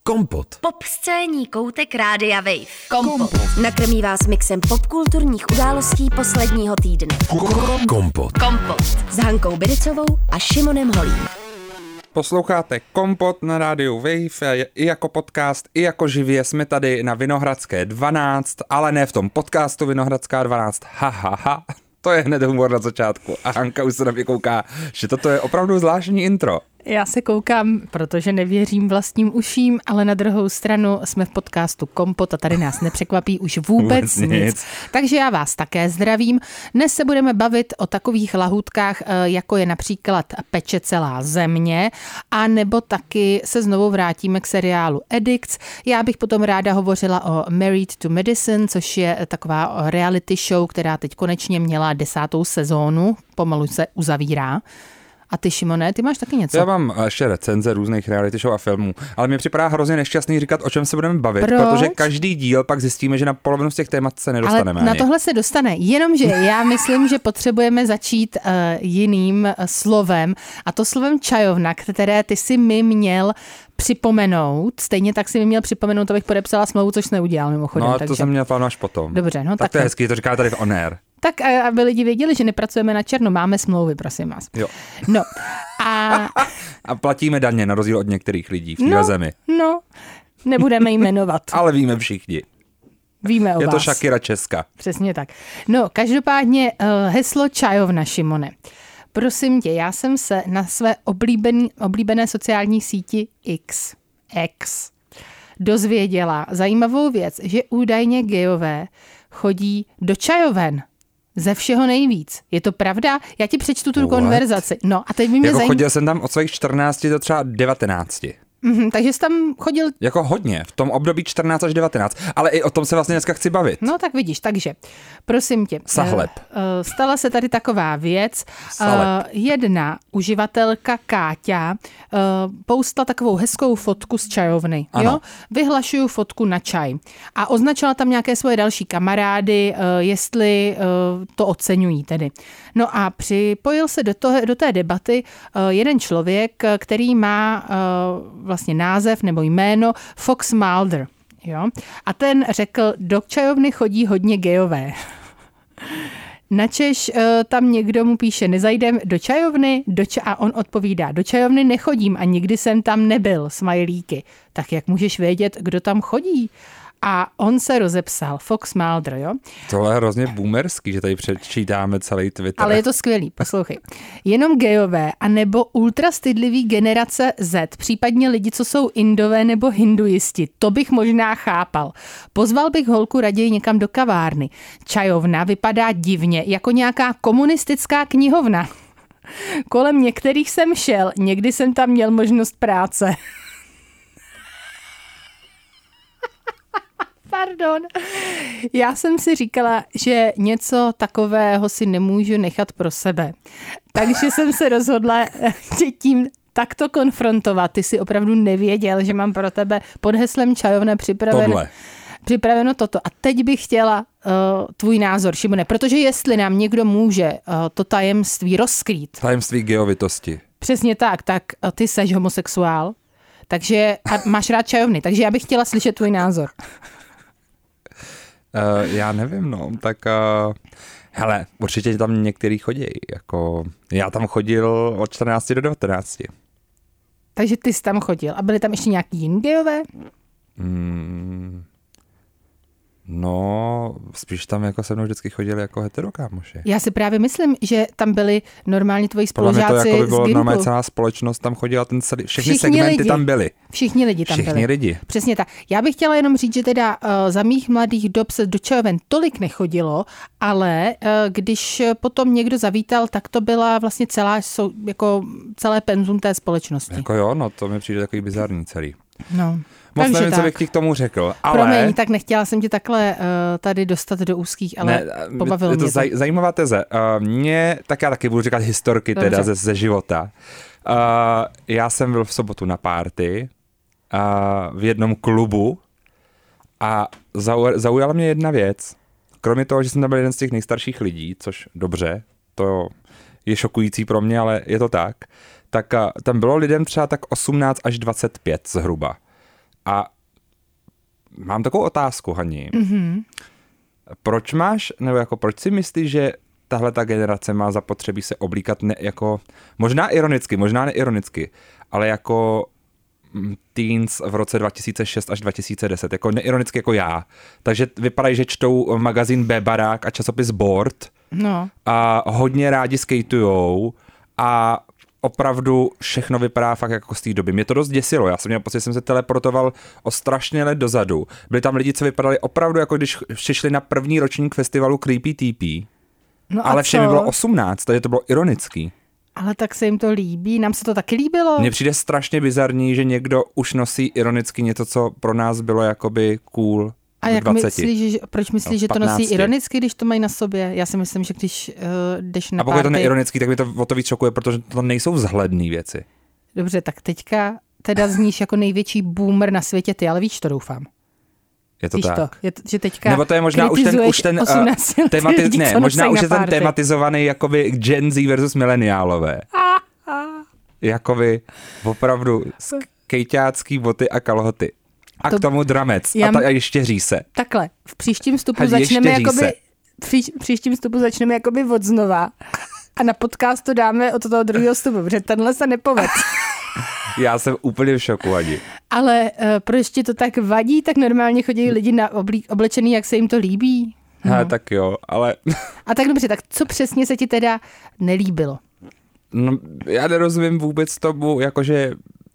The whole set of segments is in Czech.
Kompot. Popscénní koutek Rádia Wave. Kompot. Nakrmí vás mixem popkulturních událostí posledního týdne. Kompot. S Hankou Biricovou a Šimonem Holím. Posloucháte Kompot na rádiu Wave, i jako podcast, i jako živě. Jsme tady na Vinohradské 12, ale ne v tom podcastu Vinohradská 12. Ha. To je hned humor na začátku. A Hanka už se na mě kouká, že toto je opravdu zvláštní intro. Já se koukám, protože nevěřím vlastním uším, ale na druhou stranu jsme v podcastu Kompot a tady nás nepřekvapí už vůbec nic. Takže já vás také zdravím. Dnes se budeme bavit o takových lahůdkách, jako je například Peče celá země, a nebo taky se znovu vrátíme k seriálu Addicts. Já bych potom ráda hovořila o Married to Medicine, což je taková reality show, která teď konečně měla 10. sezónu, pomalu se uzavírá. A ty, Šimone, ty máš taky něco? Já mám ještě recenze různých reality show a filmů, ale mě připadá hrozně nešťastný říkat, o čem se budeme bavit, protože každý díl pak zjistíme, že na polovinu z těch témat se nedostaneme. Ale na tohle se dostane, jenomže já myslím, že potřebujeme začít jiným slovem, a to slovem čajovna, které ty si mi měl připomenout. Stejně tak si mi měl připomenout, abych podepsala smlouvu, což neudělal mimochodem. No, to jsem měl plánu až potom. Dobře, no tak to je hezký, to říká tady v On Air. Tak, aby lidi věděli, že nepracujeme na černo, máme smlouvy, prosím vás. Jo. No. A platíme daně, na rozdíl od některých lidí v téhle zemi. No, nebudeme jmenovat. Ale víme všichni. Víme o vás. Je to Shakira Česka. Přesně tak. No, každopádně heslo čajovna, Šimone. Prosím tě, já jsem se na své oblíbené sociální síti X dozvěděla zajímavou věc, že údajně gayové chodí do čajoven. Ze všeho nejvíc. Je to pravda? Já ti přečtu tu konverzaci. No a teď by mě chodil jsem tam od svých 14 do třeba 19. Takže jsi tam chodil... Jako hodně, v tom období 14 až 19. Ale i o tom se vlastně dneska chci bavit. No tak vidíš, takže prosím tě. Sahleb. Stala se tady taková věc. Jedna uživatelka Káťa postla takovou hezkou fotku z čajovny. Jo? Vyhlašuju fotku na čaj. A označila tam nějaké svoje další kamarády, jestli to oceňují tedy. No a připojil se do té debaty jeden člověk, který má vlastně název nebo jméno Fox Mulder. Jo? A ten řekl, do čajovny chodí hodně gayové. Načež tam někdo mu píše, nezajdem do čajovny? A on odpovídá, do čajovny nechodím a nikdy jsem tam nebyl, smajlíky. Tak jak můžeš vědět, kdo tam chodí? A on se rozepsal, Fox Mulder, jo? Tohle je hrozně boomerský, že tady přečítáme celý Twitter. Ale je to skvělý, poslouchej. Jenom gayové anebo ultrastydlivý generace Z, případně lidi, co jsou indové nebo hinduisti, to bych možná chápal. Pozval bych holku raději někam do kavárny. Čajovna vypadá divně, jako nějaká komunistická knihovna. Kolem některých jsem šel, někdy jsem tam měl možnost práce. Pardon. Já jsem si říkala, že něco takového si nemůžu nechat pro sebe. Takže jsem se rozhodla tě tím takto konfrontovat. Ty jsi opravdu nevěděl, že mám pro tebe pod heslem čajovna připraveno toto. A teď bych chtěla tvůj názor, Šimone, protože jestli nám někdo může to tajemství rozkrýt. Tajemství gayovitosti. Přesně tak ty seš homosexuál, takže a máš rád čajovny, takže já bych chtěla slyšet tvůj názor. Já nevím, no, tak hele, určitě tam některý chodí, jako já tam chodil od 14 do 19. Takže ty jsi tam chodil a byli tam ještě nějaký jiný gayové? No, spíš tam jako se mnou vždycky chodili jako heterokámoši. Já si právě myslím, že tam byli normálně tvoji spolužáci z Gimpu. To jako by bylo normálně celá společnost tam chodila, všechny segmenty tam byly. Všichni lidi tam byli. Lidi. Přesně tak. Já bych chtěla jenom říct, že teda za mých mladých dob se do čajoven tolik nechodilo, ale když potom někdo zavítal, tak to byla vlastně celé penzum té společnosti. Jako jo, no to mi přijde takový bizarní celý. No. Moc nevím, co bych ti k tomu řekl, ale... Promiň, tak nechtěla jsem tě takhle tady dostat do úzkých, ale pobavilo mě to. Zajímavá teze. Tak já taky budu říkat historky teda ze života. Já jsem byl v sobotu na party v jednom klubu a zaujala mě jedna věc. Kromě toho, že jsem tam byl jeden z těch nejstarších lidí, což dobře, to je šokující pro mě, ale je to tak tam bylo lidem třeba tak 18 až 25 zhruba. A mám takovou otázku, Hani. Proč si myslíš, že tahle ta generace má zapotřebí se oblíkat jako, možná ironicky, možná neironicky, ale jako teens v roce 2006 až 2010, jako neironicky jako já. Takže vypadají, že čtou magazín B-Barák a časopis Board a hodně rádi skatujou a opravdu všechno vypadá fakt jako z té doby. Mě to dost děsilo, já jsem měl pocit, že jsem se teleportoval o strašně let dozadu. Byli tam lidi, co vypadali opravdu jako když přišli na první ročník festivalu Creepy TP. Ale všem bylo 18, takže to bylo ironický. Ale tak se jim to líbí, nám se to taky líbilo. Mně přijde strašně bizarní, že někdo už nosí ironicky něco, co pro nás bylo jakoby cool. A jak myslíš, proč myslíš, že to nosí ironicky, když to mají na sobě? Já si myslím, že když jdeš na party... A pokud je to neironický, tak mi to o to víc šokuje, protože to nejsou vzhledné věci. Dobře, tak teďka teda zníš jako největší boomer na světě ty, ale víš to, doufám. Je to víš tak. To, že teďka nebo to je možná už ten možná už je ten tematizovaný jakoby Gen Z versus mileniálové. Jakoby opravdu skejťácký boty a kalhoty. A k tomu dramec. A ještě říse. Takhle, v příštím vstupu začneme jakoby od znova a na podcast to dáme od toho druhého vstupu, protože tenhle se nepovede. Já jsem úplně v šoku, Ani. Ale proč ti to tak vadí? Tak normálně chodí lidi na oblečený, jak se jim to líbí. Tak jo, ale... A tak dobře, tak co přesně se ti teda nelíbilo? No, já nerozumím vůbec tomu, jakože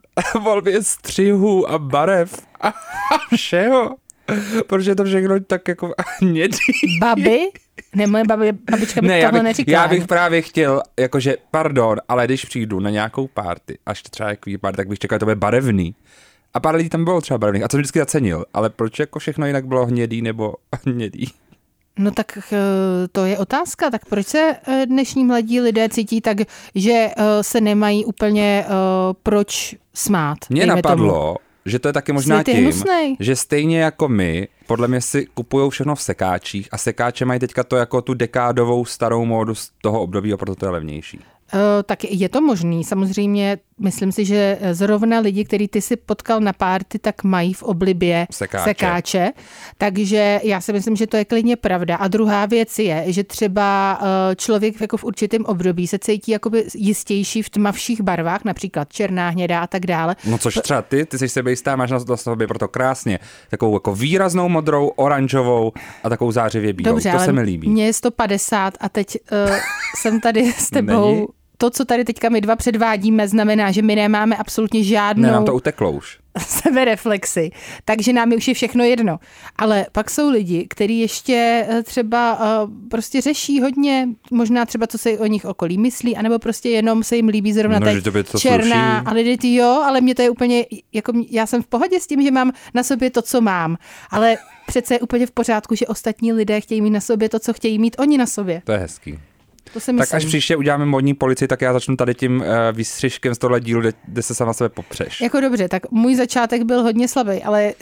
volbě střihů a barev a všeho. Protože to všechno tak jako hnědý. Babi? Ne, moje babička by tohle neříkala. Já bych právě chtěl, jakože, pardon, ale když přijdu na nějakou party, až třeba je queer party, tak bych čekal, že to bude barevný. A pár lidí tam bylo třeba barevných. A to vždycky zacenil. Ale proč jako všechno jinak bylo hnědý nebo hnědý? No tak to je otázka. Tak proč se dnešní mladí lidé cítí tak, že se nemají úplně proč smát? Mně napadlo, že to je taky možná tím, že stejně jako my, podle mě si kupujou všechno v sekáčích a sekáče mají teďka to jako tu dekádovou starou módu z toho období a proto to je levnější. Tak je to možný. Samozřejmě myslím si, že zrovna lidi, který ty si potkal na párty, tak mají v oblibě sekáče. Takže já si myslím, že to je klidně pravda. A druhá věc je, že třeba člověk jako v určitém období se cítí jakoby jistější v tmavších barvách, například černá, hnědá a tak dále. No což třeba ty jsi sebejistá, máš na sobě proto krásně takovou jako výraznou modrou, oranžovou a takovou zářivě bílou. Dobře, to se mi líbí. Mně je 150 a teď jsem tady s tebou. To, co tady teďka my dva předvádíme, znamená, že my nemáme absolutně žádnou... Ne, nám to uteklo už. Sebereflexi, takže nám je už je všechno jedno. Ale pak jsou lidi, kteří ještě třeba prostě řeší hodně, možná třeba, co se o nich okolí myslí, anebo prostě jenom se jim líbí zrovna černá a lidi jo, ale mě to je úplně, jako já jsem v pohodě s tím, že mám na sobě to, co mám, ale přece je úplně v pořádku, že ostatní lidé chtějí mít na sobě to, co chtějí mít oni na sobě. To je hezký. Tak až příště uděláme modní policii, tak já začnu tady tím výstřižkem z tohle dílu, kde se sama sebe popřeš. Jako dobře, tak můj začátek byl hodně slabý, ale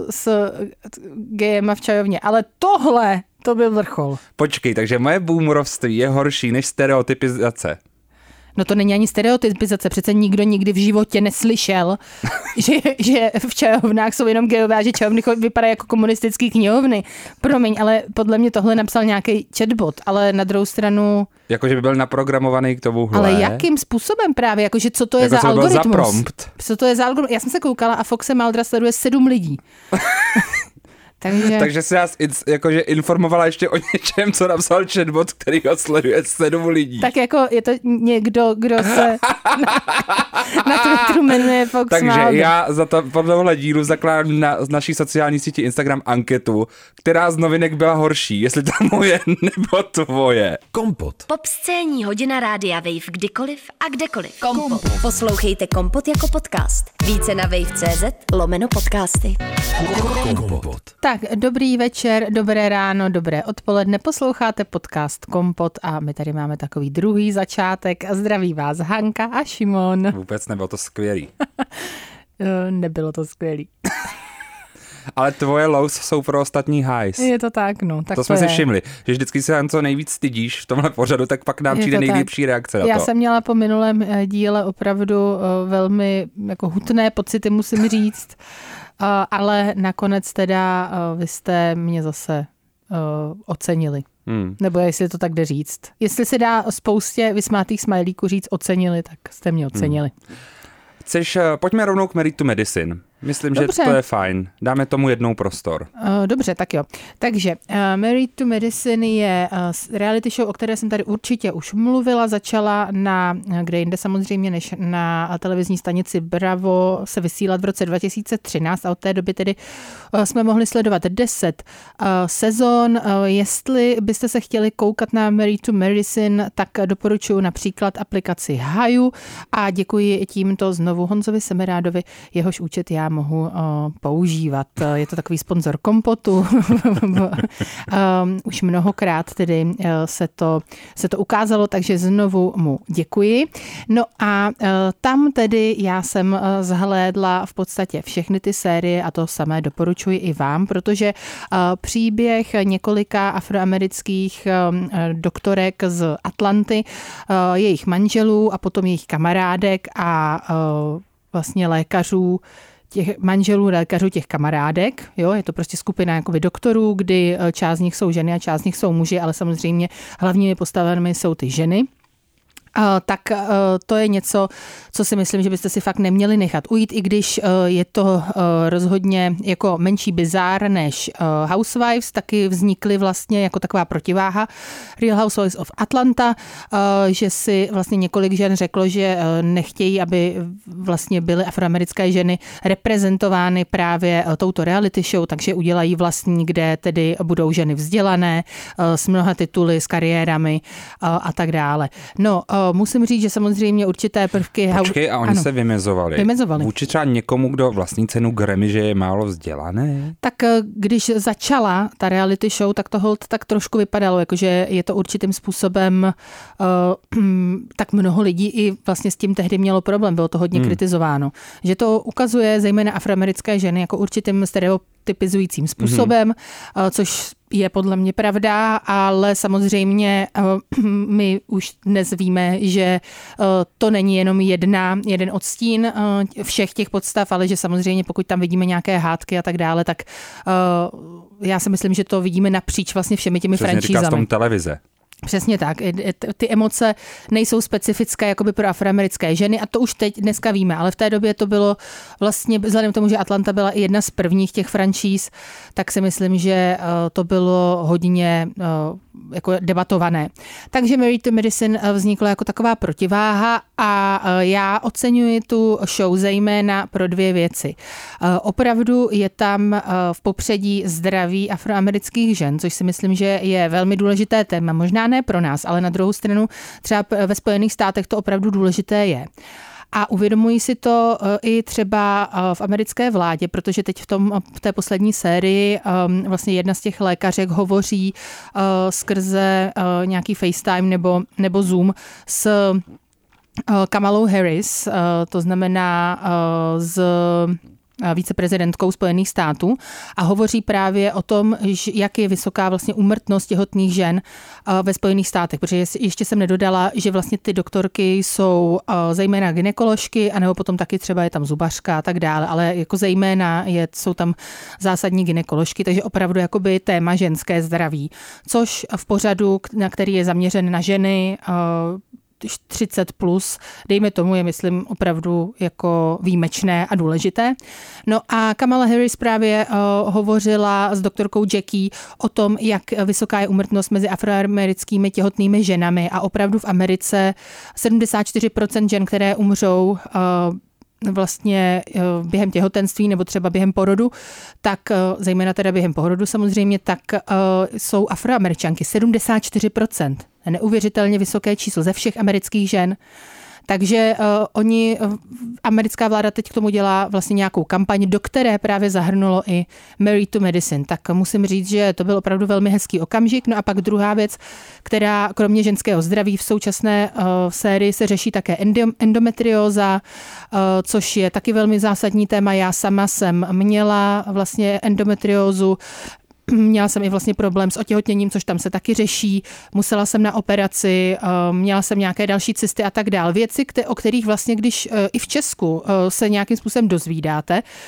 s gejema v čajovně. Ale tohle, to byl vrchol. Počkej, takže moje boomerovství je horší než stereotypizace. No to není ani stereotypizace, přece nikdo nikdy v životě neslyšel, že v čajovnách jsou jenom gejové a že čajovny vypadají jako komunistický knihovny. Promiň, ale podle mě tohle napsal nějaký chatbot, ale na druhou stranu... Jakože by byl naprogramovaný k tomuhle. Ale jakým způsobem právě, jakože co to je jako za algoritmus? Za prompt. Co to je za algoritmus? Já jsem se koukala a Foxe Maldra sleduje 7 lidí. Takže si nás jakože informovala ještě o něčem, co napsal chatbot, který ho sleduje 7 lidí. Tak jako je to někdo, kdo se na Twitteru jmenuje Fox Takže Mulder. já po tohle dílu zakládám na naší sociální síti Instagram anketu, která z novinek byla horší, jestli to moje nebo tvoje. Kompot. Popscénní hodina rádia Wave kdykoliv a kdekoliv. Kompot. Poslouchejte Kompot jako podcast. Více na wave.cz/podcasty. Kompot. Tak, dobrý večer, dobré ráno, dobré odpoledne. Posloucháte podcast Kompot a my tady máme takový druhý začátek. A zdraví vás Hanka a Šimon. Vůbec nebylo to skvělý. Nebylo to skvělý. Ale tvoje lows jsou pro ostatní highs. Je to tak, no. Tak to jsme si všimli, že vždycky se co nejvíc stydíš v tomhle pořadu, tak pak nám přijde nejlepší reakce na to. Já jsem měla po minulém díle opravdu velmi jako hutné pocity, musím říct. ale nakonec teda vy jste mě zase ocenili. Nebo jestli to tak jde říct. Jestli se dá spoustě vysmátých smajlíků říct ocenili, tak jste mě ocenili. Pojďme rovnou k Married to Medicine. Myslím, Dobře. že to je fajn. Dáme tomu jednou prostor. Dobře, tak jo. Takže Married to Medicine je reality show, o které jsem tady určitě už mluvila. Začala kde jinde samozřejmě, než na televizní stanici Bravo se vysílat v roce 2013 a od té doby tedy jsme mohli sledovat 10 sezon. Jestli byste se chtěli koukat na Married to Medicine, tak doporučuji například aplikaci Haju a děkuji tímto znovu Honzovi Semerádovi, jehož účet já mohu používat. Je to takový sponzor Kompotu. Už mnohokrát tedy se to ukázalo, takže znovu mu děkuji. No a tam tedy já jsem zhlédla v podstatě všechny ty série a to samé doporučuji i vám, protože příběh několika afroamerických doktorek z Atlanty, jejich manželů a potom jejich kamarádek a vlastně lékařů, těch manželů, lékařů, těch kamarádek. Jo, je to prostě skupina jakoby doktorů, kdy část z nich jsou ženy a část z nich jsou muži, ale samozřejmě hlavními postavami jsou ty ženy. Tak to je něco, co si myslím, že byste si fakt neměli nechat ujít, i když je to rozhodně jako menší bizár než Housewives, taky vznikly vlastně jako taková protiváha Real Housewives of Atlanta, že si vlastně několik žen řeklo, že nechtějí, aby vlastně byly afroamerické ženy reprezentovány právě touto reality show, takže udělají vlastní, kde tedy budou ženy vzdělané, s mnoha tituly, s kariérami a tak dále. No, musím říct, že samozřejmě určité prvky... Počkej, a oni se vymezovali. Vůči třeba někomu, kdo vlastní cenu Grammy, že je málo vzdělaný? Tak když začala ta reality show, tak to holt tak trošku vypadalo, jakože je to určitým způsobem tak mnoho lidí i vlastně s tím tehdy mělo problém, bylo to hodně kritizováno. Že to ukazuje zejména afroamerické ženy jako určitým stereotypizujícím způsobem, což je podle mě pravda, ale samozřejmě my už dnes víme, že to není jenom jeden odstín všech těch podstav, ale že samozřejmě pokud tam vidíme nějaké hádky a tak dále, tak já si myslím, že to vidíme napříč vlastně všemi těmi franšízami. Přesně říká z tom televize. Přesně tak. Ty emoce nejsou specifické jakoby pro afroamerické ženy a to už teď dneska víme, ale v té době to bylo vlastně, vzhledem k tomu, že Atlanta byla i jedna z prvních těch franšíz, tak si myslím, že to bylo hodně jako debatované. Takže Married to Medicine vzniklo jako taková protiváha a já oceňuji tu show zejména pro dvě věci. Opravdu je tam v popředí zdraví afroamerických žen, což si myslím, že je velmi důležité téma. Možná ne pro nás, ale na druhou stranu třeba ve Spojených státech to opravdu důležité je. A uvědomují si to i třeba v americké vládě, protože teď v té poslední sérii vlastně jedna z těch lékařek hovoří skrze nějaký FaceTime nebo Zoom s Kamalou Harris, to znamená z viceprezidentkou Spojených států a hovoří právě o tom, jak je vysoká vlastně úmrtnost těhotných žen ve Spojených státech, protože ještě jsem nedodala, že vlastně ty doktorky jsou zejména gynekoložky, anebo potom taky třeba je tam zubařka a tak dále, ale jako zejména jsou tam zásadní gynekoložky, takže opravdu jakoby téma ženské zdraví, což v pořadu, na který je zaměřen na ženy, 30 plus, dejme tomu, je myslím opravdu jako výjimečné a důležité. No a Kamala Harris právě hovořila s doktorkou Jackie o tom, jak vysoká je úmrtnost mezi afroamerickými těhotnými ženami a opravdu v Americe 74% žen, které umřou vlastně během těhotenství nebo třeba během porodu, tak zejména teda během porodu samozřejmě, tak jsou Afroameričanky 74%. Neuvěřitelně vysoké číslo ze všech amerických žen. Takže americká vláda teď k tomu dělá vlastně nějakou kampaň, do které právě zahrnulo i Married to Medicine. Tak musím říct, že to byl opravdu velmi hezký okamžik. No a pak druhá věc, která kromě ženského zdraví v současné sérii se řeší také endometrióza, což je taky velmi zásadní téma. Já sama jsem měla vlastně endometriózu. Měla jsem i vlastně problém s otěhotněním, což tam se taky řeší. Musela jsem na operaci, měla jsem nějaké další cysty a tak dál. Věci, o kterých vlastně, když i v Česku se nějakým způsobem dozvídáte,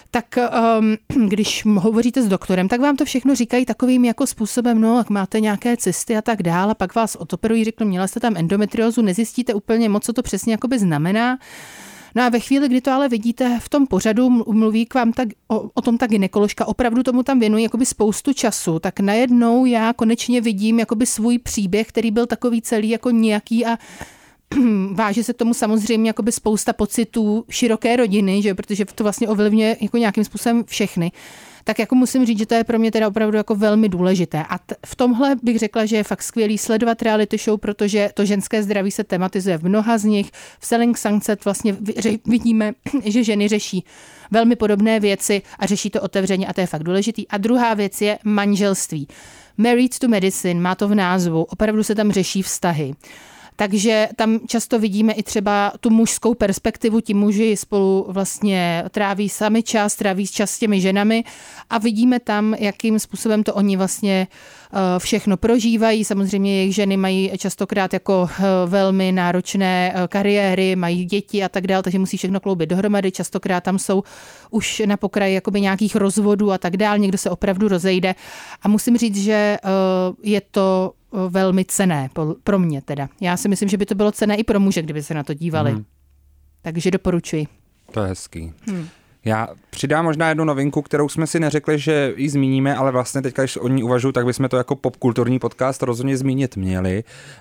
tak když hovoříte s doktorem, tak vám to všechno říkají takovým jako způsobem, no, jak máte nějaké cysty a tak dál, a pak vás odoperují, řeknou, měla jste tam endometriózu, nezjistíte úplně moc, co to přesně jakoby znamená. No a ve chvíli, kdy to ale vidíte v tom pořadu, mluví k vám o tom ta gynekoložka, opravdu tomu tam věnují jakoby spoustu času, tak najednou já konečně vidím jakoby svůj příběh, který byl takový celý jako nějaký a váže se k tomu samozřejmě jakoby spousta pocitů široké rodiny, že? Protože to vlastně ovlivňuje jako nějakým způsobem všechny. Tak jako musím říct, že to je pro mě teda opravdu jako velmi důležité. A v tomhle bych řekla, že je fakt skvělý sledovat reality show, protože to ženské zdraví se tematizuje v mnoha z nich. V Selling Sunset vlastně vidíme, že ženy řeší velmi podobné věci a řeší to otevřeně a to je fakt důležitý. A druhá věc je manželství. Married to Medicine, má to v názvu, opravdu se tam řeší vztahy. Takže tam často vidíme i třeba tu mužskou perspektivu, ti muži spolu vlastně tráví sami čas, tráví čas s těmi ženami a vidíme tam, jakým způsobem to oni vlastně všechno prožívají. Samozřejmě jejich ženy mají častokrát jako velmi náročné kariéry, mají děti a tak dále, takže musí všechno kloubit dohromady. Častokrát tam jsou už na pokraji jakoby nějakých rozvodů a tak dále, někdo se opravdu rozejde. A musím říct, že je to velmi cenné pro mě teda. Já si myslím, že by to bylo cenné i pro muže, kdyby se na to dívali. Takže doporučuji. To je hezký. Já přidám možná jednu novinku, kterou jsme si neřekli, že ji zmíníme, ale vlastně teďka, když o ní uvažuji, tak bychom to jako popkulturní podcast rozhodně zmínit měli.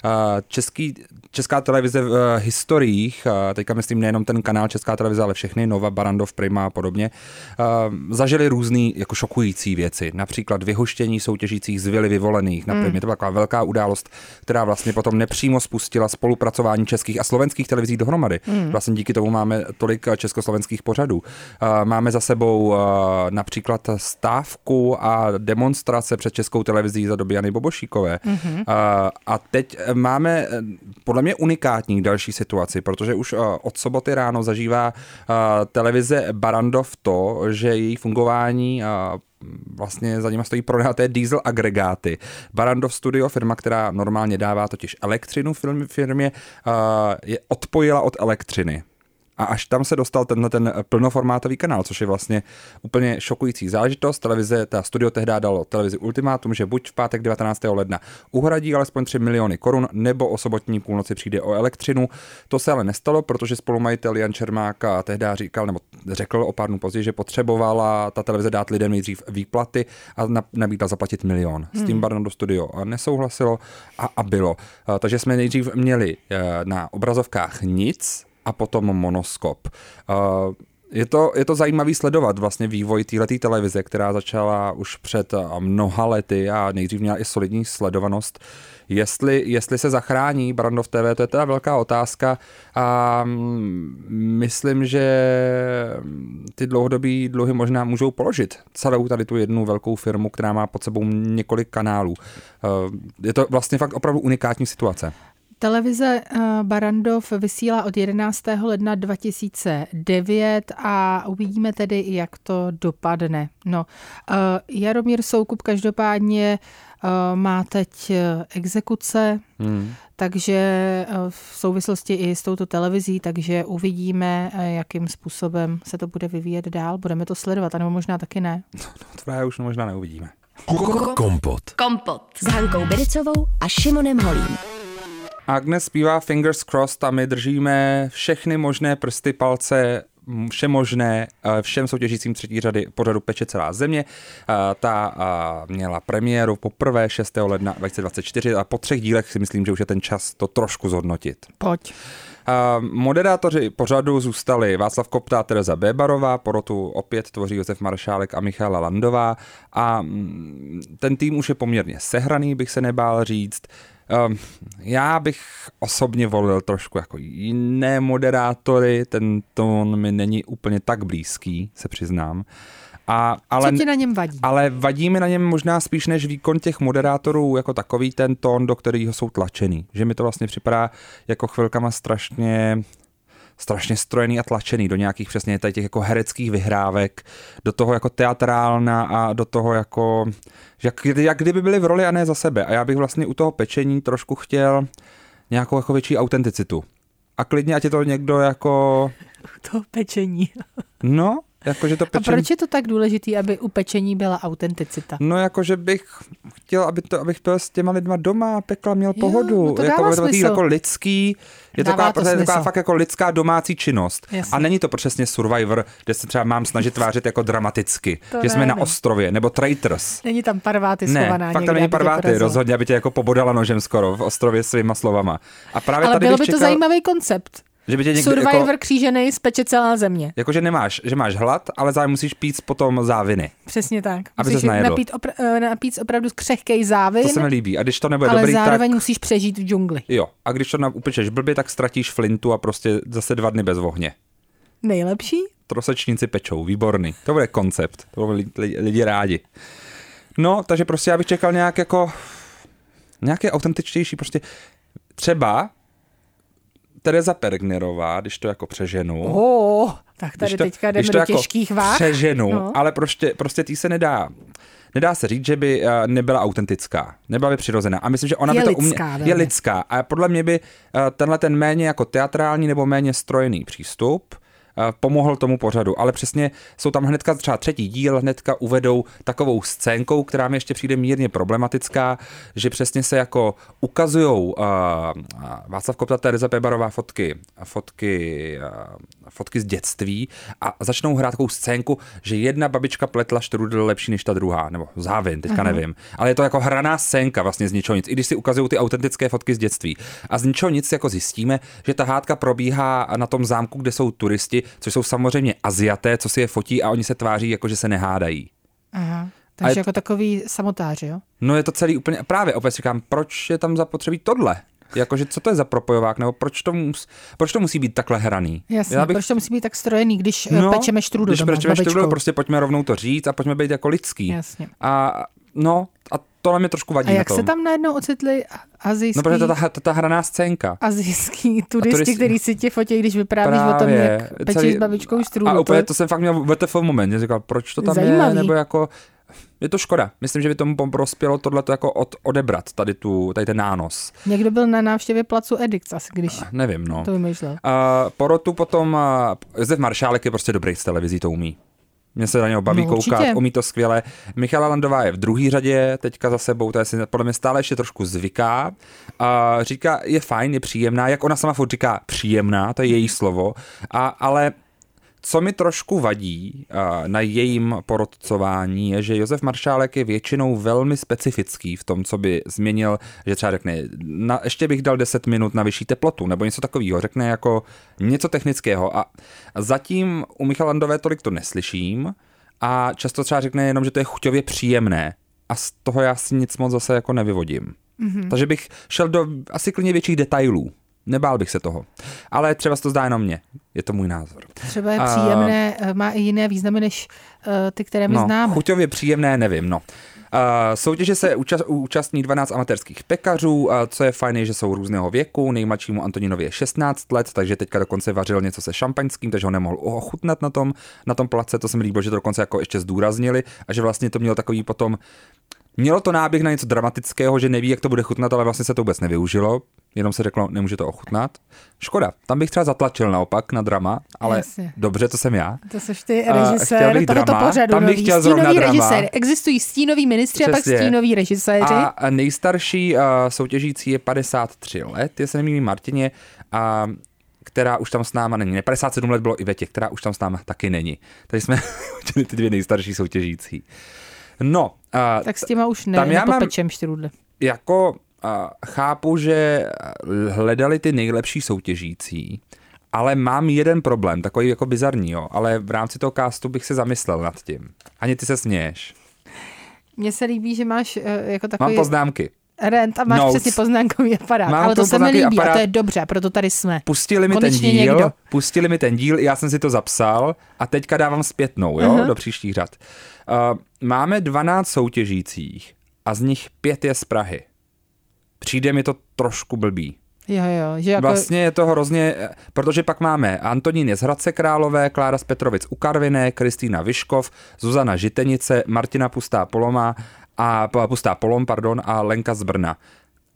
Česká televize v historiích, teďka myslím nejenom ten kanál Česká televize, ale všechny, Nova, Barrandov, Prima a podobně, zažili různý jako šokující věci. Například vyhoštění soutěžících z vily vyvolených. Na Primě to byla taková velká událost, která vlastně potom nepřímo spustila spolupracování českých a slovenských televizí dohromady. Vlastně díky tomu máme tolik československých pořadů. Máme za sebou například stávku a demonstrace před Českou televizí za doby Jany Bobošíkové. A teď máme podle mě unikátní další situaci, protože už od soboty ráno zažívá televize Barrandov to, že její fungování vlastně za nimi stojí pronaté diesel agregáty. Barrandov Studio, firma, která normálně dává totiž elektřinu firmě, je odpojila od elektřiny. A až tam se dostal ten plnoformátový kanál, což je vlastně úplně šokující záležitost. Ta studio tehdy dalo televizi ultimátum, že buď v pátek 19. ledna uhradí alespoň 3 miliony korun, nebo o sobotní půlnoci přijde o elektřinu. To se ale nestalo, protože spolumajitel Jan Čermák tehdy řekl o pár dnů později, že potřebovala ta televize dát lidem nejdřív výplaty a nabídla zaplatit 1 milion. S tím Barrandov Studio nesouhlasilo a bylo. Takže jsme nejdřív měli na obrazovkách nic, a potom monoskop. Je to zajímavý sledovat vlastně vývoj téhletý televize, která začala už před mnoha lety a nejdřív měla i solidní sledovanost. Jestli se zachrání Barrandov TV, to je teda velká otázka a myslím, že ty dlouhodobý dluhy možná můžou položit celou tady tu jednu velkou firmu, která má pod sebou několik kanálů. Je to vlastně fakt opravdu unikátní situace. Televize Barrandov vysílá od 11. ledna 2009 a uvidíme tedy, jak to dopadne. No, Jaromír Soukup každopádně má teď exekuce, takže v souvislosti i s touto televizí, takže uvidíme, jakým způsobem se to bude vyvíjet dál. Budeme to sledovat, anebo možná taky ne. No, to právě už možná neuvidíme. Kompot s Hankou Bericovou a Šimonem Holím. Agnes zpívá Fingers Crossed a my držíme všechny možné prsty, palce, vše možné všem soutěžícím třetí řady pořadu Peče celá země. Ta měla premiéru poprvé 6. ledna 2024 a po 3 dílech si myslím, že už je ten čas to trošku zhodnotit. Pojď. Moderátoři pořadu zůstali Václav Kopta a Tereza Bébarová, porotu opět tvoří Josef Maršálek a Michaela Landová a ten tým už je poměrně sehraný, bych se nebál říct. Já bych osobně volil trošku jako jiné moderátory, ten tón mi není úplně tak blízký, se přiznám. Co ti na něm vadí? Ale vadí mi na něm možná spíš než výkon těch moderátorů jako takový ten tón, do kterého jsou tlačený. Že mi to vlastně připadá jako chvilkama strašně strojený a tlačený do nějakých přesně těch jako hereckých vyhrávek, do toho jako teatrálna a do toho jako, jak kdyby byli v roli a ne za sebe. A já bych vlastně u toho pečení trošku chtěl nějakou jako větší autenticitu. A klidně, ať je to někdo jako... U toho pečení. No, Jakože to pečení... A proč je to tak důležitý, aby u pečení byla autenticita? No jakože bych chtěl, abych byl s těma lidma doma, pekla, měl pohodu. No to dává smysl. Jako lidský, je to taková fakt jako lidská domácí činnost. Jasně. A není to přesně Survivor, kde se třeba mám snažit tvářit jako dramaticky, že jsme na ostrově, nebo Traitors. Není tam Parváty schovaná. Ne, fakt tam není Parváty, rozhodně, aby tě jako pobodala nožem skoro v ostrově svýma slovama. A právě ale tady bylo by to zajímavý koncept. Že by tě Survivor jako, křížený speče celá země. Jakože že máš hlad, ale zároveň musíš pít potom záviny. Přesně tak. Aby musíš napít opravdu křehkej závin. To se mi líbí. A když to nebude ale dobrý, zároveň musíš přežít v džungli. Jo. A když to upečeš blbě, tak ztratíš flintu a prostě zase 2 dny bez ohně. Nejlepší? Trosečníci pečou, výborný. To bude koncept. To budou lidi rádi. No, takže prostě já bych čekal nějaké autentičtější prostě třeba Tereza Pergnerová, když to jako přeženu. Tak tady teďka jdeme do těžkých váh. Přeženu, ale prostě tý se nedá se říct, že by nebyla autentická, nebyla by přirozená. A myslím, že ona je lidská. A podle mě by tenhle ten méně jako teatrální nebo méně strojený přístup pomohl tomu pořadu, ale přesně jsou tam hnedka třeba 3. díl, hnedka uvedou takovou scénkou, která mi ještě přijde mírně problematická, že přesně se jako ukazujou Václav Kopta, Tereza Pebarová fotky z dětství a začnou hrát takovou scénku, že jedna babička pletla štrudl lepší než ta druhá, nebo závin, teďka nevím. Ale je to jako hraná scénka vlastně z ničeho nic, i když si ukazují ty autentické fotky z dětství. A z ničeho nic jako zjistíme, že ta hádka probíhá na tom zámku, kde jsou turisti, což jsou samozřejmě Aziaté, co si je fotí a oni se tváří, jako že se nehádají. Aha, takže jako takový samotáři, jo? No je to celý úplně, právě opět říkám, proč je tam zapotřebí tohle? Jakože co to je za propojovák, nebo proč to musí být takhle hraný? Jasně, proč to musí být tak strojený, když pečeme štrůdl doma s babičkou? Když pečeme štrůdl, prostě pojďme rovnou to říct a pojďme být jako lidský. Jasně. A tohle mě trošku vadí. A jak se tam najednou ocitli asijský... No, protože ta hraná scénka. Asijský turisti, který si tě fotí, když vyprávíš o tom, jak pečíš s babičkou štrůdl. A úplně to jsem fakt měl v moment, že říkal, proč to tam zajímavý. Je, nebo jako... Je to škoda. Myslím, že by tomu prospělo tohleto jako odebrat, tady ten nános. Někdo byl na návštěvě placu Edix, asi když nevím, no. To vymýšlel. Porotu potom Josef Maršálek je prostě dobrý z televizí, to umí. Mě se na něho baví koukat, umí to skvěle. Michala Landová je v druhé řadě, teďka za sebou, to je si podle mě stále ještě trošku zvyká. Říká, je fajn, je příjemná, jak ona sama furt říká příjemná, to je její slovo, ale co mi trošku vadí na jejím porotcování je, že Josef Maršálek je většinou velmi specifický v tom, co by změnil, že třeba řekne, ještě bych dal 10 minut na vyšší teplotu, nebo něco takového, řekne jako něco technického. A zatím u Michala Landové tolik to neslyším a často třeba řekne jenom, že to je chuťově příjemné a z toho já si nic moc zase jako nevyvodím. Mm-hmm. Takže bych šel do asi klidně větších detailů. Nebál bych se toho. Ale třeba se to zdá jenom mně. Je to můj názor. Třeba je příjemné, má i jiné významy, než ty, které my známe. Chuťově příjemné, nevím, no. Soutěže se účastní 12 amatérských pekařů, co je fajn, že jsou různého věku. Nejmladšímu Antoninovi je 16 let, takže teďka dokonce vařil něco se šampaňským, takže ho nemohl ochutnat na tom place. To se mi líbilo, že to dokonce jako ještě zdůraznili a že vlastně to mělo takový potom... Mělo to náběh na něco dramatického, že neví, jak to bude chutnat, ale vlastně se to vůbec nevyužilo. Jenom se řeklo, nemůže to ochutnat. Škoda, tam bych třeba zatlačil naopak na drama, ale jasně. Dobře, to jsem já. To seš ty režisér tohoto pořadu. Tam bych chtěl zrovna drama. Režisér. Existují stínoví ministři a pak stínoví režiséři. A nejstarší soutěžící je 53 let, jestli nemýlím Martině, která už tam s náma není. 57 let bylo Ivetě, která už tam s náma taky není. Takže jsme ty 2 nejstarší soutěžící. No. Tak s těma už nepopečem štrůdle. Jako chápu, že hledali ty nejlepší soutěžící, ale mám jeden problém, takový jako bizarní, jo, ale v rámci toho castu bych se zamyslel nad tím. Ani ty se směješ. Mně se líbí, že máš jako takový... Mám poznámky. Rent a máš přesně poznámkový aparát, ale to se mi líbí a to je dobře, proto tady jsme. Pustili mi ten díl, já jsem si to zapsal a teďka dávám zpětnou, jo, do příštích řad. Máme 12 soutěžících a z nich 5 je z Prahy. Přijde mi to trošku blbý. Jo, že jako... Vlastně je to hrozně, protože pak máme Antonín z Hradce Králové, Klára z Petrovic u Karviné, Kristýna Vyškov, Zuzana Žitenice, Martina Pustá Polom a Lenka z Brna.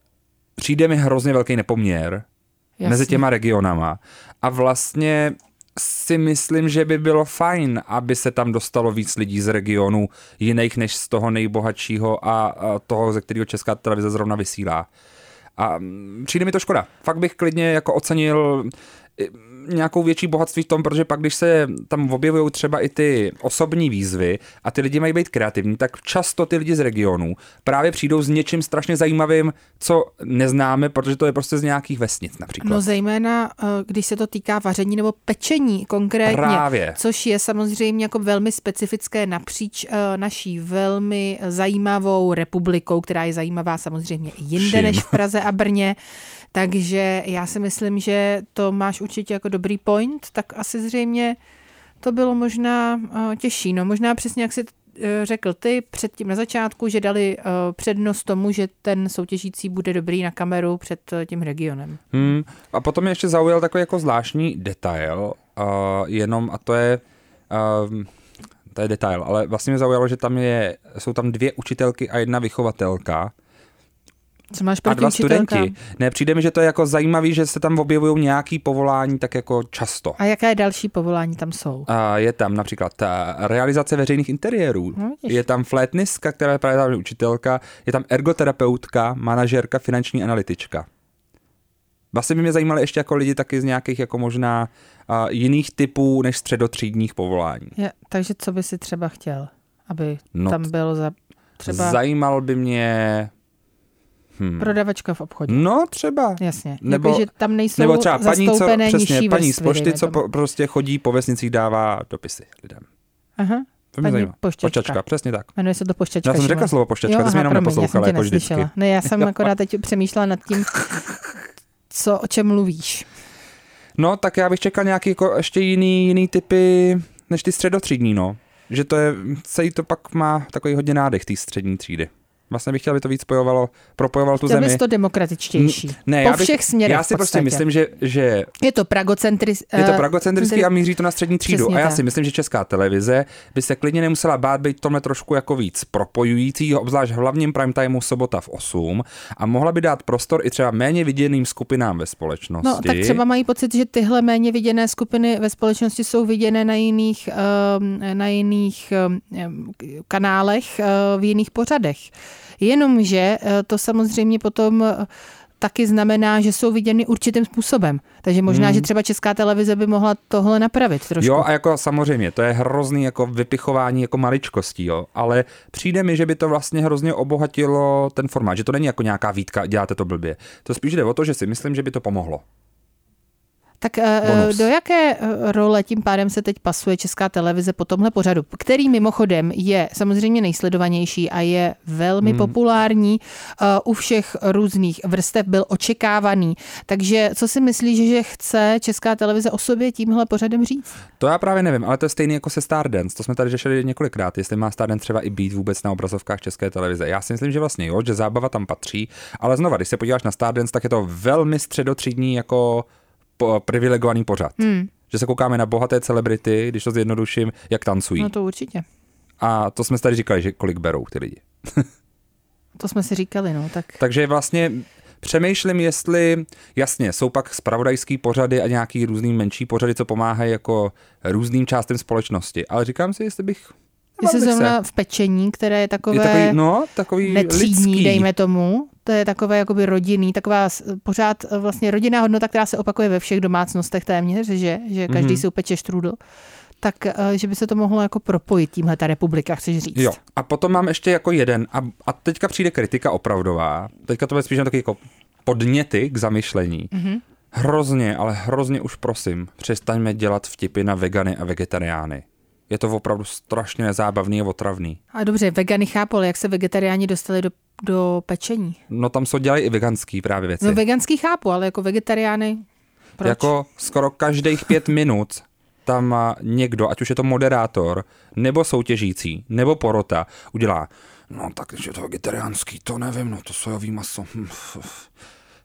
Přijde mi hrozně velký nepoměr mezi těma regionama a vlastně si myslím, že by bylo fajn, aby se tam dostalo víc lidí z regionu jiných než z toho nejbohatšího a toho, ze kterého Česká televize zrovna vysílá. A přijde mi to škoda. Fakt bych klidně jako ocenil nějakou větší bohatství v tom, protože pak, když se tam objevují třeba i ty osobní výzvy a ty lidi mají být kreativní, tak často ty lidi z regionu právě přijdou s něčím strašně zajímavým, co neznáme, protože to je prostě z nějakých vesnic například. No zejména, když se to týká vaření nebo pečení konkrétně, právě. Což je samozřejmě jako velmi specifické napříč naší velmi zajímavou republikou, která je zajímavá samozřejmě i jinde než v Praze a Brně. Takže já si myslím, že to máš určitě jako dobrý point, tak asi zřejmě to bylo možná těžší. No možná přesně, jak jsi řekl ty předtím na začátku, že dali přednost tomu, že ten soutěžící bude dobrý na kameru před tím regionem. A potom mě ještě zaujal takový jako zvláštní detail, jenom, a to je detail, ale vlastně mě zaujalo, že tam jsou tam 2 učitelky a 1 vychovatelka. Co máš a proti 2 studenti. Ne, přijde mi, že to je jako zajímavý, že se tam objevují nějaký povolání tak jako často. A jaké další povolání tam jsou? Je tam například realizace veřejných interiérů. Je tam flétnistka, která je právě učitelka, je tam ergoterapeutka, manažerka, finanční analytička. Vlastně by mě zajímaly ještě jako lidi taky z nějakých jako možná jiných typů než středotřídních povolání. Takže co by si třeba chtěl, aby tam bylo třeba... Zajímalo by mě... Prodavačka v obchodě. No třeba. Jasně. Nebo, jako, že tam nejsou nebo třeba zastoupené nižší paní z pošty, co tomu. prostě chodí po vesnicích, dává dopisy lidem. Aha. To mě zajímá. Pošťačka, přesně tak. Jmenuje se to pošťačka. Já jsem řekla slovo pošťačka, ty jsi mě jenom neposlouchala jako vždycky. Ne, já jsem akorát teď přemýšlela nad tím, o čem mluvíš. No, tak já bych čekal nějaký jako ještě jiný typy než ty středotřídní, no. Že to je, celý to pak má takový hodně nádech té střední třídy. Vlastně bych chtěl, aby to víc propojovalo tu zemi. Chtěl bys to demokratičtější. Ne, po všech směrech. Já si prostě myslím, že je to pragocentrický a míří to na střední třídu. Přesně a já tak. si myslím, že Česká televize by se klidně nemusela bát být tomhle trošku jako víc propojující, obzvlášť v hlavním prime timeu sobota v 8 a mohla by dát prostor i třeba méně viděným skupinám ve společnosti. No, tak třeba mají pocit, že tyhle méně viděné skupiny ve společnosti jsou viděné na jiných kanálech, v jiných pořadech. Jenomže to samozřejmě potom taky znamená, že jsou viděny určitým způsobem. Takže možná, že třeba Česká televize by mohla tohle napravit trošku. Jo, a jako samozřejmě, to je hrozný jako vypichování jako maličkostí, jo, ale přijde mi, že by to vlastně hrozně obohatilo ten formát, že to není jako nějaká výtka, děláte to blbě. To spíš jde o to, že si myslím, že by to pomohlo. Tak do jaké role tím pádem se teď pasuje Česká televize po tomhle pořadu, který mimochodem je samozřejmě nejsledovanější a je velmi populární, u všech různých vrstev byl očekávaný. Takže co si myslíš, že chce Česká televize o sobě tímhle pořadem říct? To já právě nevím, ale to je stejný jako se Stardance. To jsme tady řešili několikrát, jestli má Stardance třeba i být vůbec na obrazovkách České televize. Já si myslím, že vlastně jo, že zábava tam patří, ale znova, když se podíváš na Stardance, tak je to velmi středotřídní jako privilegovaný pořad. Že se koukáme na bohaté celebrity, když to zjednoduším, jak tancují. No to určitě. A to jsme tady říkali, že kolik berou ty lidi. To jsme si říkali, no tak. Takže vlastně přemýšlím, jestli, jasně, jsou pak zpravodajský pořady a nějaký různý menší pořady, co pomáhají jako různým částem společnosti. Ale říkám si, jestli bych... Jestli zrovna v pečení, které je takové takový netřídní, lidský. dejme tomu. To je takové jakoby rodinný, taková pořád vlastně rodinná hodnota, která se opakuje ve všech domácnostech téměř, že každý si upeče štrůdl. Tak, že by se to mohlo jako propojit tímhle ta republika, chceš říct. Jo. A potom mám ještě jako jeden, a teďka přijde kritika opravdová. Teďka to bude spíš taky jako podněty k zamyšlení. Hrozně, ale hrozně už prosím, přestaňme dělat vtipy na vegany a vegetariány. Je to opravdu strašně nezábavný a otravný. A dobře, vegany chápu, ale jak se vegetariáni dostali do pečení? No tam jsou dělají i veganský právě věci. No veganský chápu, ale jako vegetariány, proč? Jako skoro každých 5 minut tam má někdo, ať už je to moderátor, nebo soutěžící, nebo porota, udělá, no tak když je to vegetariánský, to nevím, no to sojový maso,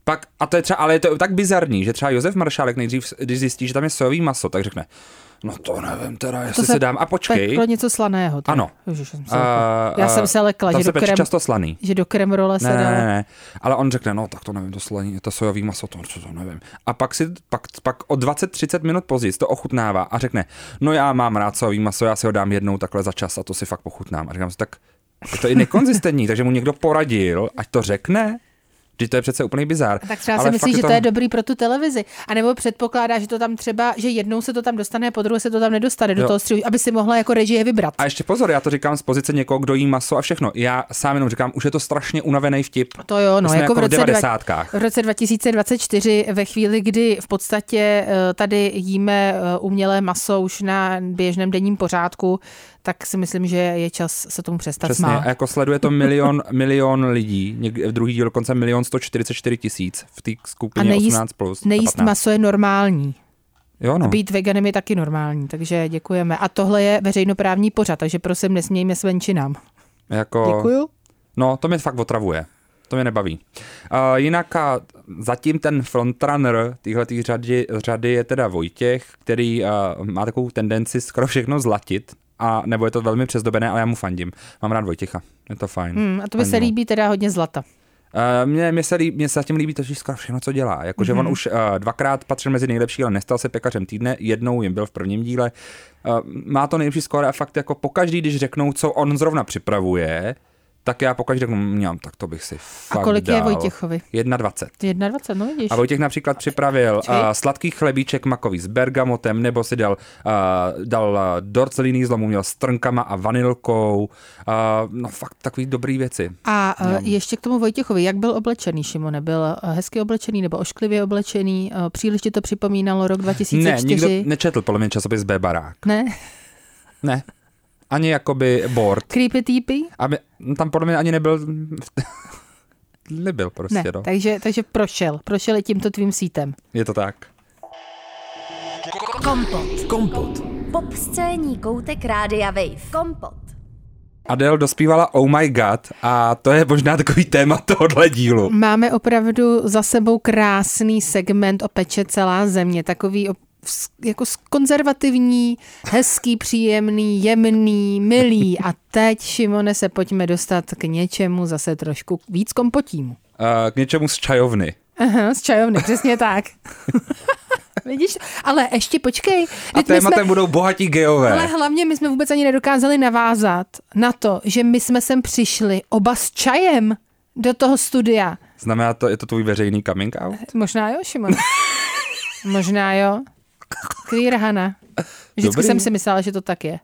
Pak, a to je třeba, ale je to tak bizarní, že třeba Josef Maršálek nejdřív, když zjistí, že tam je sojový maso, tak řekne, no to nevím teda, jestli se dám. A počkej. Peklo něco slaného. Teda. Ano. Já jsem se lekla, že do krem, často slaný. Že do kremrole se dá. Ne. Ale on řekne, no tak to nevím, to slaný, to sojový maso, to nevím. A pak o 20-30 minut později to ochutnává a řekne, no já mám rád sojový maso, já si ho dám jednou takhle za čas a to si fakt pochutnám. A říkám si, tak je to i nekonzistentní, takže mu někdo poradil, ať to řekne. Že to je přece úplný bizár. Tak třeba si myslíš, že to je dobrý pro tu televizi. A nebo předpokládá, že to tam třeba, že jednou se to tam dostane a po druhé se to tam nedostane do toho střihu, aby si mohla jako režie vybrat. A ještě pozor, já to říkám z pozice někoho, kdo jí maso a všechno. Já sám jenom říkám, už je to strašně unavený vtip. To jo, no, jako v roce 2024, ve chvíli, kdy v podstatě tady jíme umělé maso už na běžném denním pořádku, tak si myslím, že je čas se tomu přestat smát. Přesně, a jako sleduje to milion lidí, v druhý díl dokonce 1 144 000 v té skupině 18+. Nejíst maso je normální. Jo, no. Být veganem je taky normální, takže děkujeme. A tohle je veřejnoprávní pořad, takže prosím, nesmějme svenčinám. Děkuju. No, to mě fakt otravuje. To mě nebaví. Jinak zatím ten frontrunner téhletý řady je teda Vojtěch, který má takovou tendenci skoro všechno zlatit. A nebo je to velmi přezdobené, ale já mu fandím. Mám rád Vojtěcha, je to fajn. A to by se líbí teda hodně zlata. Mně se zatím líbí to, že skoro všechno, co dělá. Jakože on už 2krát patřil mezi nejlepší, ale nestal se pekařem týdne, jednou jim byl v prvním díle. Má to nejlepší skóre a fakt jako pokaždý, když řeknou, co on zrovna připravuje, tak já pokaždé řeknu, tak to bych si fakt dal. A kolik je Vojtěchovi? 21. No vidíš. A Vojtěch například připravil sladký chlebíček makový s bergamotem, nebo si dal dort zelený zlomu, měl s trnkama a vanilkou. No fakt takový dobrý věci. A ještě k tomu Vojtěchovi, jak byl oblečený, Šimone? Byl hezky oblečený nebo ošklivě oblečený? Příliš ti to připomínalo rok 2004? Ne, nikdo nečetl podle mě časopis B-barák. Ne. Ani jakoby board. Creepy týpy? Tam podle mě ani nebyl prostě. Ne, no. takže prošel i tímto tvým sítem. Je to tak. Kompot. Pop scéní koutek Rádia Wave. Kompot. Adele dospívala Oh My God a to je možná takový téma tohohle dílu. Máme opravdu za sebou krásný segment o Peče celá země, takový jako konzervativní, hezký, příjemný, jemný, milý. A teď, Šimone, se pojďme dostat k něčemu zase trošku víc kompotímu. K něčemu z čajovny. Aha, z čajovny, přesně tak. Vidíš? Ale ještě počkej. A tématem budou bohatí gejové. Ale hlavně my jsme vůbec ani nedokázali navázat na to, že my jsme sem přišli oba s čajem do toho studia. Znamená to, je to tvůj veřejný coming out? Možná jo, Šimone. Možná jo. Queer Hana. Vždycky jsem si myslela, že to tak je.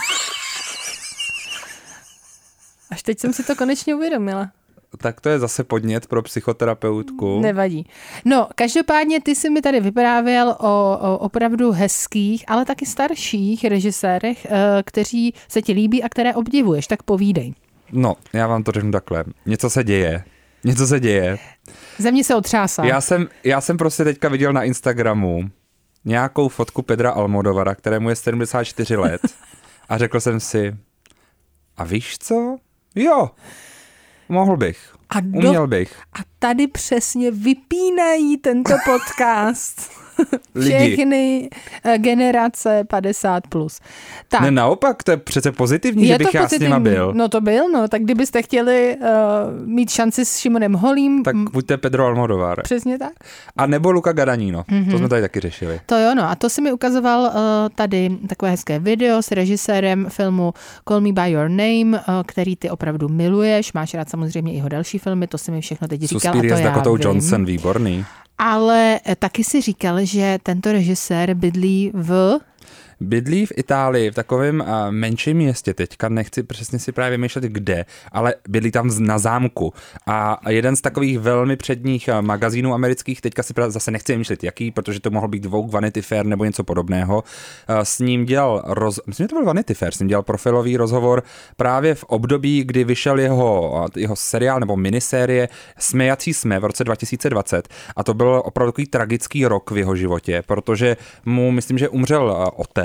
Až teď jsem si to konečně uvědomila. Tak to je zase podnět pro psychoterapeutku. Nevadí. No, každopádně ty jsi mi tady vyprávěl o opravdu hezkých, ale taky starších režisérech, kteří se ti líbí a které obdivuješ, tak povídej. No, já vám to řeknu takhle. Něco se děje. Země se otřásá. Já jsem prostě teďka viděl na Instagramu nějakou fotku Pedra Almodovara, kterému je 74 let. A řekl jsem si, a víš co? Jo, mohl bych. Uměl bych. A tady přesně vypínají tento podcast. Všechny generace 50+. Tak. Ne, naopak, to je přece pozitivní, že bych já s nima byl. No to byl, no, tak kdybyste chtěli mít šanci s Šimonem Holým. Tak buďte Pedro Almodovar. Přesně tak. A nebo Luca Guadagnino, to jsme tady taky řešili. To jo, no, a to si mi ukazoval tady takové hezké video s režisérem filmu Call Me By Your Name, který ty opravdu miluješ, máš rád samozřejmě i jeho další filmy, to si mi všechno teď říkal. Suspiria s Dakotou Johnson, výborný. Ale taky si říkal, že tento režisér bydlí v Itálii, v takovém menším městě, teďka nechci přesně si právě vymýšlet kde, ale bydlí tam na zámku. A jeden z takových velmi předních magazínů amerických, teďka si zase nechci vymýšlet jaký, protože to mohl být Vogue, Vanity Fair nebo něco podobného, s ním dělal, myslím, že to byl Vanity Fair, s ním dělal profilový rozhovor právě v období, kdy vyšel jeho seriál nebo minisérie Smějací jsme v roce 2020 a to byl opravdu takový tragický rok v jeho životě, protože mu, myslím, že umřel otec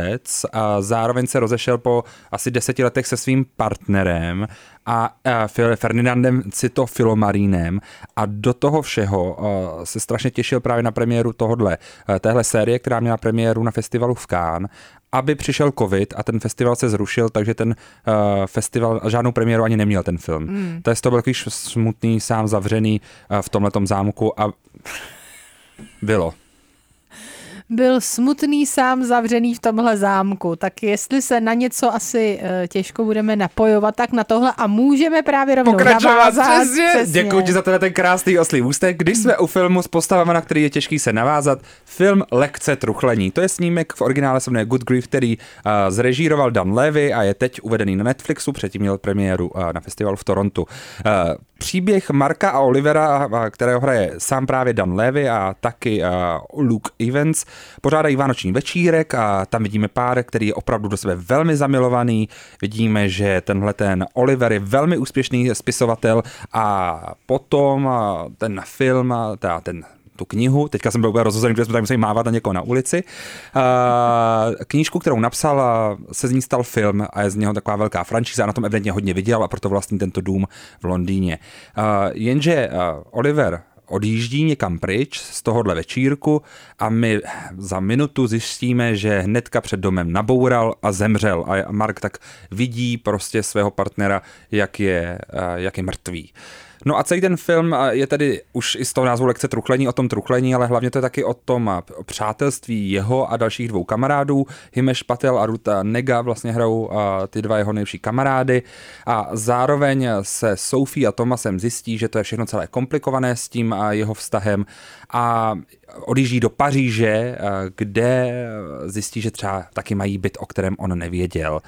herec a zároveň se rozešel po asi 10 letech se svým partnerem a Ferdinandem Filomarínem a do toho všeho se strašně těšil právě na premiéru téhle série, která měla premiéru na festivalu v Cannes, aby přišel covid a ten festival se zrušil, takže ten festival žádnou premiéru ani neměl ten film. To je to byl takový smutný, sám zavřený v tomhletom zámku a bylo. Byl smutný, sám zavřený v tomhle zámku. Tak jestli se na něco asi těžko budeme napojovat, tak na tohle a můžeme právě rovnou navázat. Přesně. Děkuji ti za ten krásný oslý ústek. Když jsme u filmu s postavami, na který je těžký se navázat, film Lekce truchlení. To je snímek, v originále se jmenuje Good Grief, který zrežíroval Dan Levy a je teď uvedený na Netflixu, předtím měl premiéru na festivalu v Torontu. Příběh Marka a Olivera, kterého hraje sám právě Dan Levy a taky Luke Evans, pořádají vánoční večírek a tam vidíme pár, který je opravdu do sebe velmi zamilovaný. Vidíme, že ten Oliver je velmi úspěšný spisovatel a potom ten film, tu knihu, teďka jsem byl úplně rozhozený, protože jsme tady museli mávat na někoho na ulici. Knížku, kterou napsal, se z ní stal film a je z něho taková velká franšíza a na tom evidentně hodně viděl a proto vlastní tento dům v Londýně. Jenže Oliver odjíždí někam pryč z tohohle večírku a my za minutu zjistíme, že hnedka před domem naboural a zemřel a Mark tak vidí prostě svého partnera, jak je mrtvý. No a celý ten film je tedy už i z toho názvu Lekce truchlení o tom truchlení, ale hlavně to je taky o tom přátelství jeho a dalších dvou kamarádů. Himesh Patel a Ruta Nega vlastně hrajou ty dva jeho nejlepší kamarády a zároveň se Sophie a Thomasem zjistí, že to je všechno celé komplikované s tím a jeho vztahem a odjíždí do Paříže, kde zjistí, že třeba taky mají byt, o kterém on nevěděl.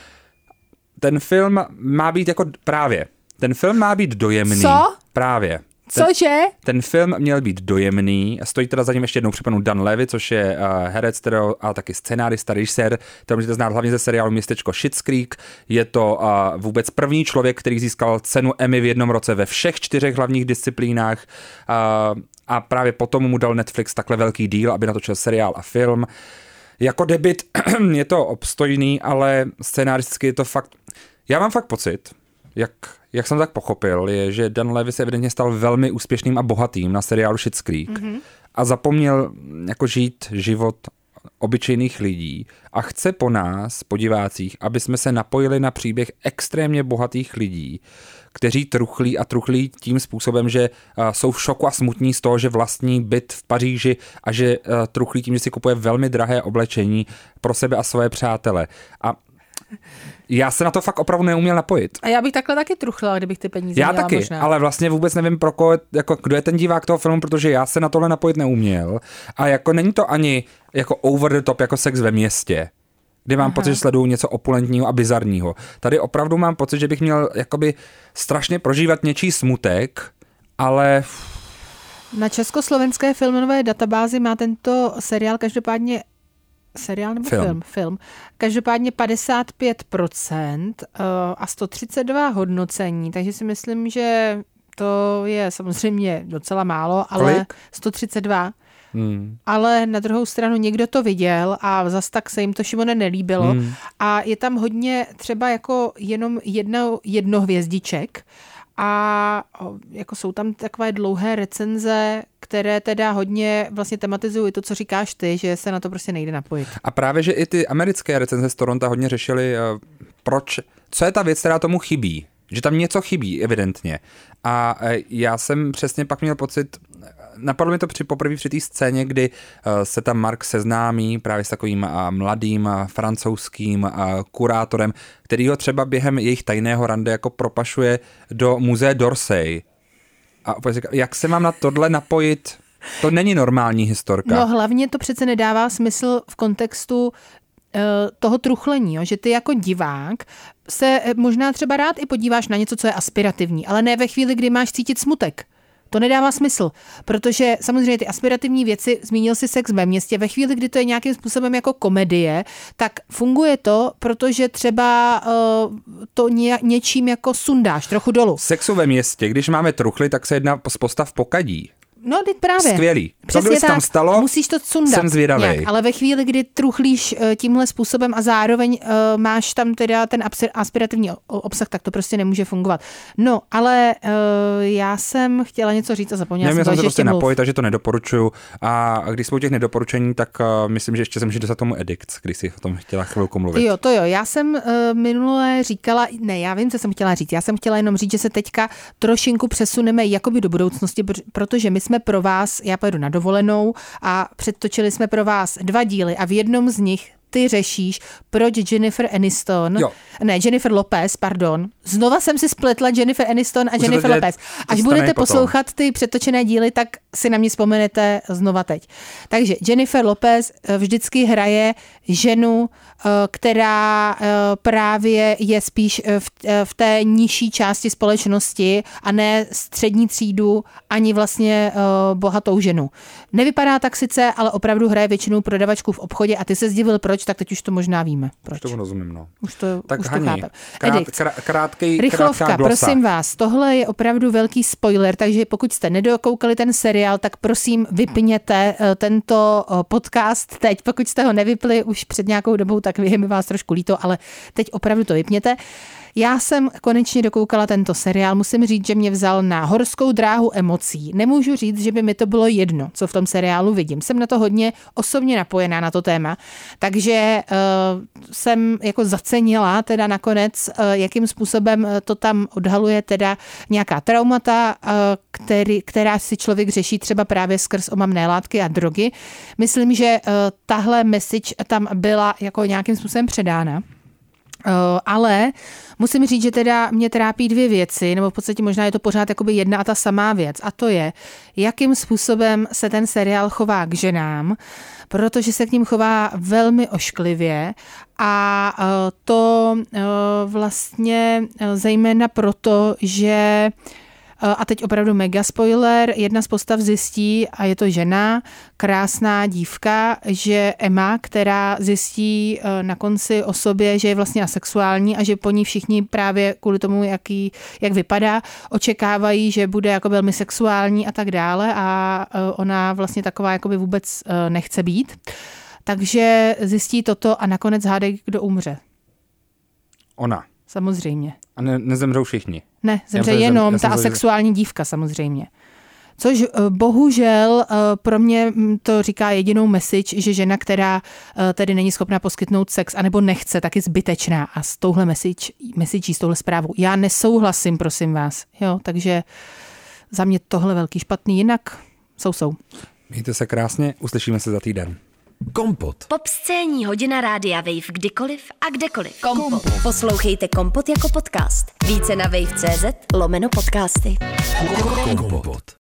Ten film má být Ten film má být dojemný. Co? Právě. Cože? Ten film měl být dojemný. Stojí teda za ním ještě jednou připomenu Dan Levy, což je herec, a taky scenárista, režisér, který můžete znát hlavně ze seriálu Městečko Schitt's Creek. Je to vůbec první člověk, který získal cenu Emmy v jednom roce ve všech 4 hlavních disciplínách. A právě potom mu dal Netflix takhle velký díl, aby natočil seriál a film. Jako debut je to obstojný, ale scénaristicky je to fakt... Já mám fakt pocit, jak jsem tak pochopil, je, že Dan Levy se evidentně stal velmi úspěšným a bohatým na seriálu Schitt's Creek a zapomněl jako žít život obyčejných lidí a chce po nás, po divácích, aby jsme se napojili na příběh extrémně bohatých lidí, kteří truchlí tím způsobem, že jsou v šoku a smutní z toho, že vlastní byt v Paříži a že truchlí tím, že si kupuje velmi drahé oblečení pro sebe a své přátele. A já se na to fakt opravdu neuměl napojit. A já bych takhle taky truchlila, kdybych ty peníze měla taky, možná. Ale vlastně vůbec nevím, pro koho, jako, kdo je ten divák toho filmu, protože já se na tohle napojit neuměl. A jako není to ani jako over the top, jako Sex ve městě, kdy mám pocit, že sleduju něco opulentního a bizarního. Tady opravdu mám pocit, že bych měl jakoby strašně prožívat něčí smutek, ale... Na československé filmové databázi má tento seriál každopádně film. Každopádně 55% a 132 hodnocení, takže si myslím, že to je samozřejmě docela málo, ale kolik? 132. Ale na druhou stranu někdo to viděl a zas tak se jim to, Šimone, nelíbilo. A je tam hodně třeba jako jenom jedno hvězdiček a jako jsou tam takové dlouhé recenze, které teda hodně vlastně tematizují to, co říkáš ty, že se na to prostě nejde napojit. A právě, že i ty americké recenze z Toronto hodně řešily, co je ta věc, která tomu chybí. Že tam něco chybí, evidentně. A já jsem přesně pak měl pocit, napadlo mi to poprvé při té scéně, kdy se tam Mark seznámí právě s takovým mladým francouzským kurátorem, který ho třeba během jejich tajného rande jako propašuje do muzea d'Orsay. A jak se mám na tohle napojit? To není normální historka. No hlavně to přece nedává smysl v kontextu toho truchlení, jo? Že ty jako divák se možná třeba rád i podíváš na něco, co je aspirativní, ale ne ve chvíli, kdy máš cítit smutek. To nedává smysl, protože samozřejmě ty aspirativní věci, zmínil si Sex ve městě, ve chvíli, kdy to je nějakým způsobem jako komedie, tak funguje to, protože třeba to něčím jako sundáš trochu dolů. Sexu ve městě, když máme truchly, tak se jedná z postav pokadí. No, teď právě. Skvělý. Přesně co by se tam stalo, musíš to sundat. Jsem zvědavej. Ale ve chvíli, kdy truchlíš tímhle způsobem a zároveň máš tam teda ten aspirativní obsah, tak to prostě nemůže fungovat. No, ale já jsem chtěla něco říct a zapomněla jsem to, že prostě prostě napojit, takže to nedoporučuju. A když jsou těch nedoporučení, tak myslím, že ještě se může dostat tomu edikt, když si o tom chtěla chvilku mluvit. Jo, to jo. Já jsem minule říkala, ne, já vím, co jsem chtěla říct. Já jsem chtěla jenom říct, že se teďka trošinku přesuneme jakoby do budoucnosti, protože my jsme pro vás, já pojedu na dovolenou a předtočili jsme pro vás 2 díly a v jednom z nich ty řešíš, proč Jennifer Lopez, pardon. Znova jsem si spletla Jennifer Aniston a Jennifer Lopez. Až budete poslouchat ty předtočené díly, tak si na mě vzpomenete znova teď. Takže Jennifer Lopez vždycky hraje ženu, která právě je spíš v té nižší části společnosti a ne střední třídu ani vlastně bohatou ženu. Nevypadá tak sice, ale opravdu hraje většinou prodavačku v obchodě a ty se zdivil proč, tak teď už to možná víme. Proč? Už to rozumím, no. Už to chápem. Rychlovka, prosím vás, tohle je opravdu velký spoiler, takže pokud jste nedokoukali ten seriál, tak prosím vypněte tento podcast teď. Pokud jste ho nevypli už před nějakou dobou, tak je mi vás trošku líto, ale teď opravdu to vypněte. Já jsem konečně dokoukala tento seriál, musím říct, že mě vzal na horskou dráhu emocí. Nemůžu říct, že by mi to bylo jedno, co v tom seriálu vidím. Jsem na to hodně osobně napojená na to téma, takže jsem jako zacenila teda nakonec, jakým způsobem to tam odhaluje teda nějaká traumata, která si člověk řeší třeba právě skrz omamné látky a drogy. Myslím, že tahle message tam byla jako nějakým způsobem předána. Ale musím říct, že teda mě trápí 2 věci, nebo v podstatě možná je to pořád jakoby jedna a ta samá věc, a to je, jakým způsobem se ten seriál chová k ženám, protože se k ním chová velmi ošklivě a to vlastně zejména proto, že a teď opravdu mega spoiler, jedna z postav zjistí, a je to žena, krásná dívka, že Emma, která zjistí na konci o sobě, že je vlastně asexuální a že po ní všichni právě kvůli tomu, jak vypadá, očekávají, že bude jako velmi sexuální a tak dále a ona vlastně taková jakoby vůbec nechce být. Takže zjistí toto a nakonec hádej, kdo umře. Ona. Samozřejmě. A nezemřou všichni. Ne, zemře jenom ta asexuální dívka samozřejmě. Což bohužel pro mě to říká jedinou message, že žena, která tedy není schopná poskytnout sex anebo nechce, tak je zbytečná. A s touhle message, s touhle zprávou já nesouhlasím, prosím vás. Jo, takže za mě tohle velký špatný, jinak jsou. Mějte se krásně, uslyšíme se za týden. Kompot. Popscénní hodina rádia Wave kdykoliv a kdekoliv. Kompot. Poslouchejte Kompot jako podcast. Více na wave.cz/podcasty. Kompot.